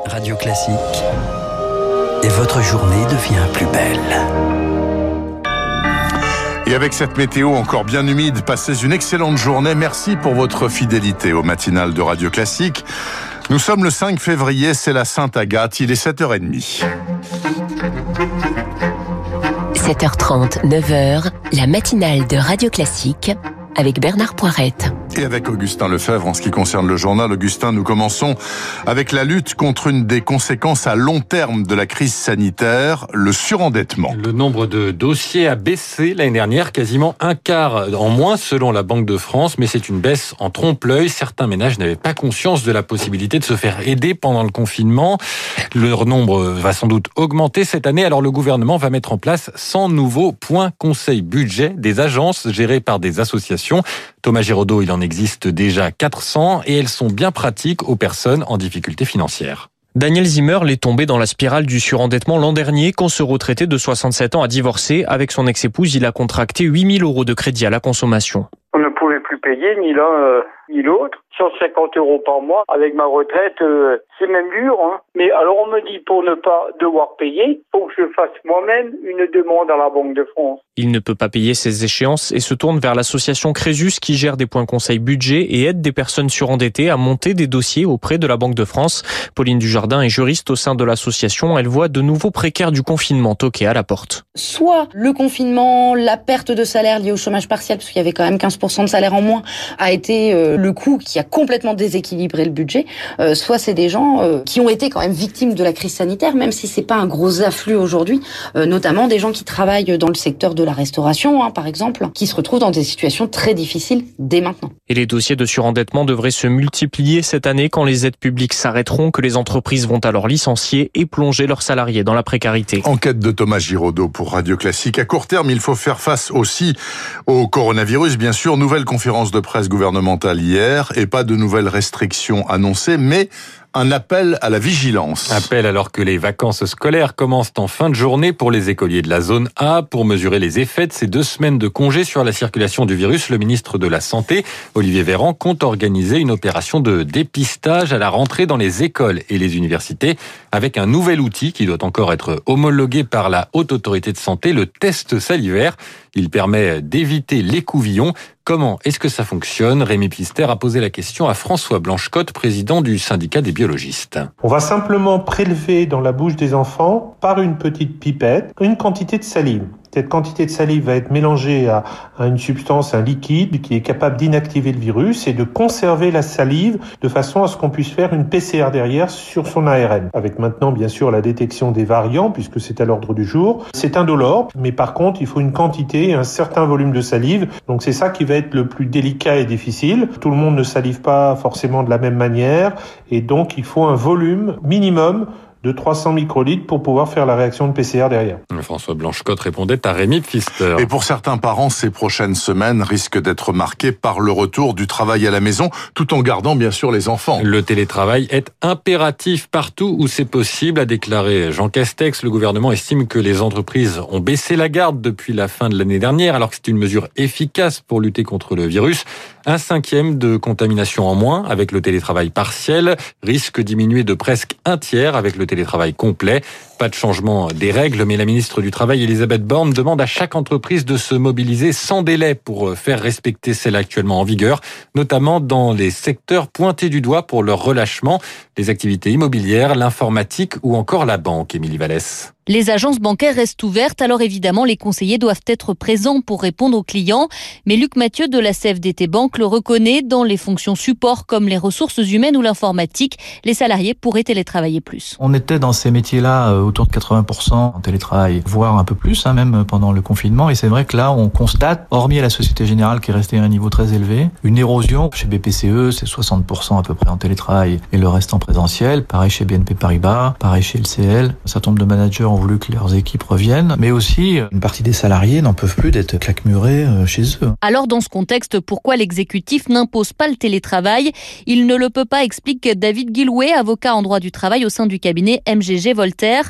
Radio Classique. Et votre journée devient plus belle. Et avec cette météo encore bien humide, passez une excellente journée. Merci pour votre fidélité au matinal de Radio Classique. Nous sommes le 5 février, c'est la Sainte-Agathe, il est 7h30. 7h30, 9h, la matinale de Radio Classique avec Bernard Poirette. Et avec Augustin Lefebvre, en ce qui concerne le journal. Augustin, nous commençons avec la lutte contre une des conséquences à long terme de la crise sanitaire, le surendettement. Le nombre de dossiers a baissé l'année dernière, quasiment un quart en moins selon la Banque de France, mais c'est une baisse en trompe-l'œil. Certains ménages n'avaient pas conscience de la possibilité de se faire aider pendant le confinement. Leur nombre va sans doute augmenter cette année, alors le gouvernement va mettre en place 100 nouveaux points conseil budget, des agences gérées par des associations. Thomas Giraudot, il en existe déjà 400 et elles sont bien pratiques aux personnes en difficulté financière. Daniel Zimmerl est tombé dans la spirale du surendettement l'an dernier quand ce retraité de 67 ans a divorcé. Avec son ex-épouse, il a contracté 8 000 € de crédit à la consommation. On ne pouvait plus payer ni l'un ni l'autre. 150 € par mois avec ma retraite, c'est même dur. Mais alors on me dit pour ne pas devoir payer, faut que je fasse moi-même une demande à la Banque de France. Il ne peut pas payer ses échéances et se tourne vers l'association Crésus qui gère des points conseil budget et aide des personnes surendettées à monter des dossiers auprès de la Banque de France. Pauline Dujardin est juriste au sein de l'association. Elle voit de nouveaux précaires du confinement toquer à la porte. Soit le confinement, la perte de salaire liée au chômage partiel, parce qu'il y avait quand même 15% de salaire en moins, a été le coût qui a complètement déséquilibré le budget. Soit c'est des gens qui ont été quand même victimes de la crise sanitaire, même si c'est pas un gros afflux aujourd'hui, notamment des gens qui travaillent dans le secteur de la restauration, par exemple, qui se retrouvent dans des situations très difficiles dès maintenant. Et les dossiers de surendettement devraient se multiplier cette année quand les aides publiques s'arrêteront, que les entreprises vont alors licencier et plonger leurs salariés dans la précarité. Enquête de Thomas Giraudot pour Radio Classique. À court terme, il faut faire face aussi au coronavirus, bien sûr. Nouvelle conférence de presse gouvernementale hier et pas de nouvelles restrictions annoncées, mais un appel à la vigilance. Appel alors que les vacances scolaires commencent en fin de journée pour les écoliers de la zone A. Pour mesurer les effets de ces 2 semaines de congé sur la circulation du virus, le ministre de la Santé, Olivier Véran, compte organiser une opération de dépistage à la rentrée dans les écoles et les universités avec un nouvel outil qui doit encore être homologué par la Haute Autorité de Santé, le test salivaire. Il permet d'éviter l'écouvillon. Comment est-ce que ça fonctionne ? Rémi Pfister a posé la question à François Blanchecotte, président du syndicat des biologistes. On va simplement prélever dans la bouche des enfants, par une petite pipette, une quantité de salive. Cette quantité de salive va être mélangée à une substance, un liquide qui est capable d'inactiver le virus et de conserver la salive de façon à ce qu'on puisse faire une PCR derrière sur son ARN. Avec maintenant, bien sûr, la détection des variants, puisque c'est à l'ordre du jour. C'est indolore, mais par contre, il faut une quantité et un certain volume de salive. Donc c'est ça qui va être le plus délicat et difficile. Tout le monde ne salive pas forcément de la même manière et donc il faut un volume minimum de 300 microlitres pour pouvoir faire la réaction de PCR derrière. François Blanchecotte répondait à Rémi Pfister. Et pour certains parents, ces prochaines semaines risquent d'être marquées par le retour du travail à la maison, tout en gardant bien sûr les enfants. Le télétravail est impératif partout où c'est possible, a déclaré Jean Castex. Le gouvernement estime que les entreprises ont baissé la garde depuis la fin de l'année dernière, alors que c'est une mesure efficace pour lutter contre le virus. 1/5 de contamination en moins avec le télétravail partiel, risque diminué de presque 1/3 avec le télétravail complet. Pas de changement des règles, mais la ministre du Travail, Elisabeth Borne, demande à chaque entreprise de se mobiliser sans délai pour faire respecter celle actuellement en vigueur, notamment dans les secteurs pointés du doigt pour leur relâchement, les activités immobilières, l'informatique ou encore la banque. Émilie Vallès. Les agences bancaires restent ouvertes, alors évidemment les conseillers doivent être présents pour répondre aux clients. Mais Luc Mathieu de la CFDT Banque le reconnaît, dans les fonctions support comme les ressources humaines ou l'informatique, les salariés pourraient télétravailler plus. On était dans ces métiers-là autour de 80% en télétravail, voire un peu plus, même pendant le confinement. Et c'est vrai que là, on constate, hormis à la Société Générale qui est restée à un niveau très élevé, une érosion. Chez BPCE, c'est 60% à peu près en télétravail et le reste en présentiel. Pareil chez BNP Paribas, pareil chez LCL. Un certain nombre de managers ont voulu que leurs équipes reviennent, mais aussi une partie des salariés n'en peuvent plus d'être claquemurés chez eux. Alors dans ce contexte, pourquoi l'exécutif n'impose pas le télétravail ? Il ne le peut pas, explique David Guillouet, avocat en droit du travail au sein du cabinet MGG Voltaire.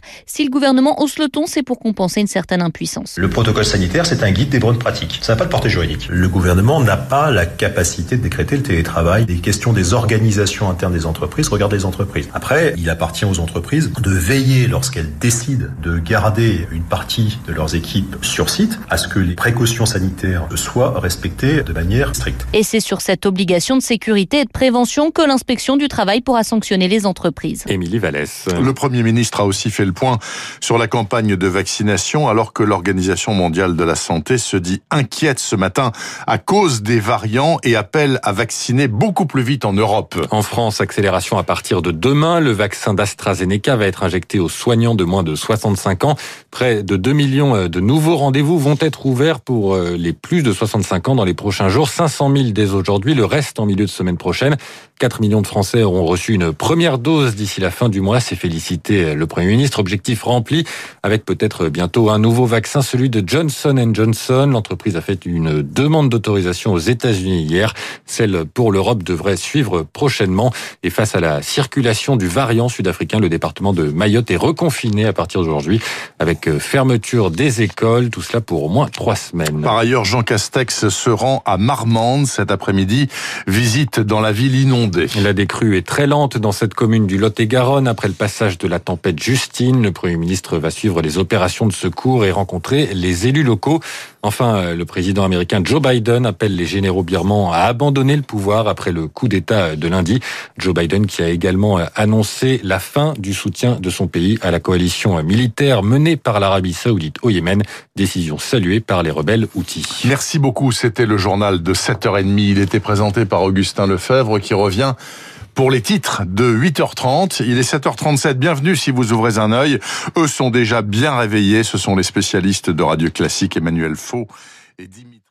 Si le gouvernement hausse le ton, c'est pour compenser une certaine impuissance. Le protocole sanitaire, c'est un guide des bonnes pratiques. Ça n'a pas de portée juridique. Le gouvernement n'a pas la capacité de décréter le télétravail. Les questions des organisations internes des entreprises regardent les entreprises. Après, il appartient aux entreprises de veiller, lorsqu'elles décident de garder une partie de leurs équipes sur site, à ce que les précautions sanitaires soient respectées de manière stricte. Et c'est sur cette obligation de sécurité et de prévention que l'inspection du travail pourra sanctionner les entreprises. Émilie Vallès. Le Premier ministre a aussi fait le point sur la campagne de vaccination, alors que l'Organisation mondiale de la santé se dit inquiète ce matin à cause des variants et appelle à vacciner beaucoup plus vite en Europe. En France, accélération à partir de demain. Le vaccin d'AstraZeneca va être injecté aux soignants de moins de 65 ans. Près de 2 millions de nouveaux rendez-vous vont être ouverts pour les plus de 65 ans dans les prochains jours. 500 000 dès aujourd'hui, le reste en milieu de semaine prochaine. 4 millions de Français auront reçu une première dose d'ici la fin du mois. C'est félicité le Premier ministre. Objectif rempli avec peut-être bientôt un nouveau vaccin, celui de Johnson & Johnson. L'entreprise a fait une demande d'autorisation aux États-Unis hier. Celle pour l'Europe devrait suivre prochainement. Et face à la circulation du variant sud-africain, le département de Mayotte est reconfiné à partir d'aujourd'hui avec fermeture des écoles. Tout cela pour au moins 3 semaines. Par ailleurs, Jean Castex se rend à Marmande cet après-midi. Visite dans la ville inondée. La décrue est très lente dans cette commune du Lot-et-Garonne. Après le passage de la tempête Justine, le Premier ministre va suivre les opérations de secours et rencontrer les élus locaux. Enfin, le président américain Joe Biden appelle les généraux birmans à abandonner le pouvoir après le coup d'État de lundi. Joe Biden qui a également annoncé la fin du soutien de son pays à la coalition militaire menée par l'Arabie Saoudite au Yémen. Décision saluée par les rebelles houthis. Merci beaucoup. C'était le journal de 7h30. Il était présenté par Augustin Lefebvre qui revient pour les titres de 8h30. Il est 7h37. Bienvenue si vous ouvrez un œil. Eux sont déjà bien réveillés. Ce sont les spécialistes de Radio Classique, Emmanuel Faux et Dimitri.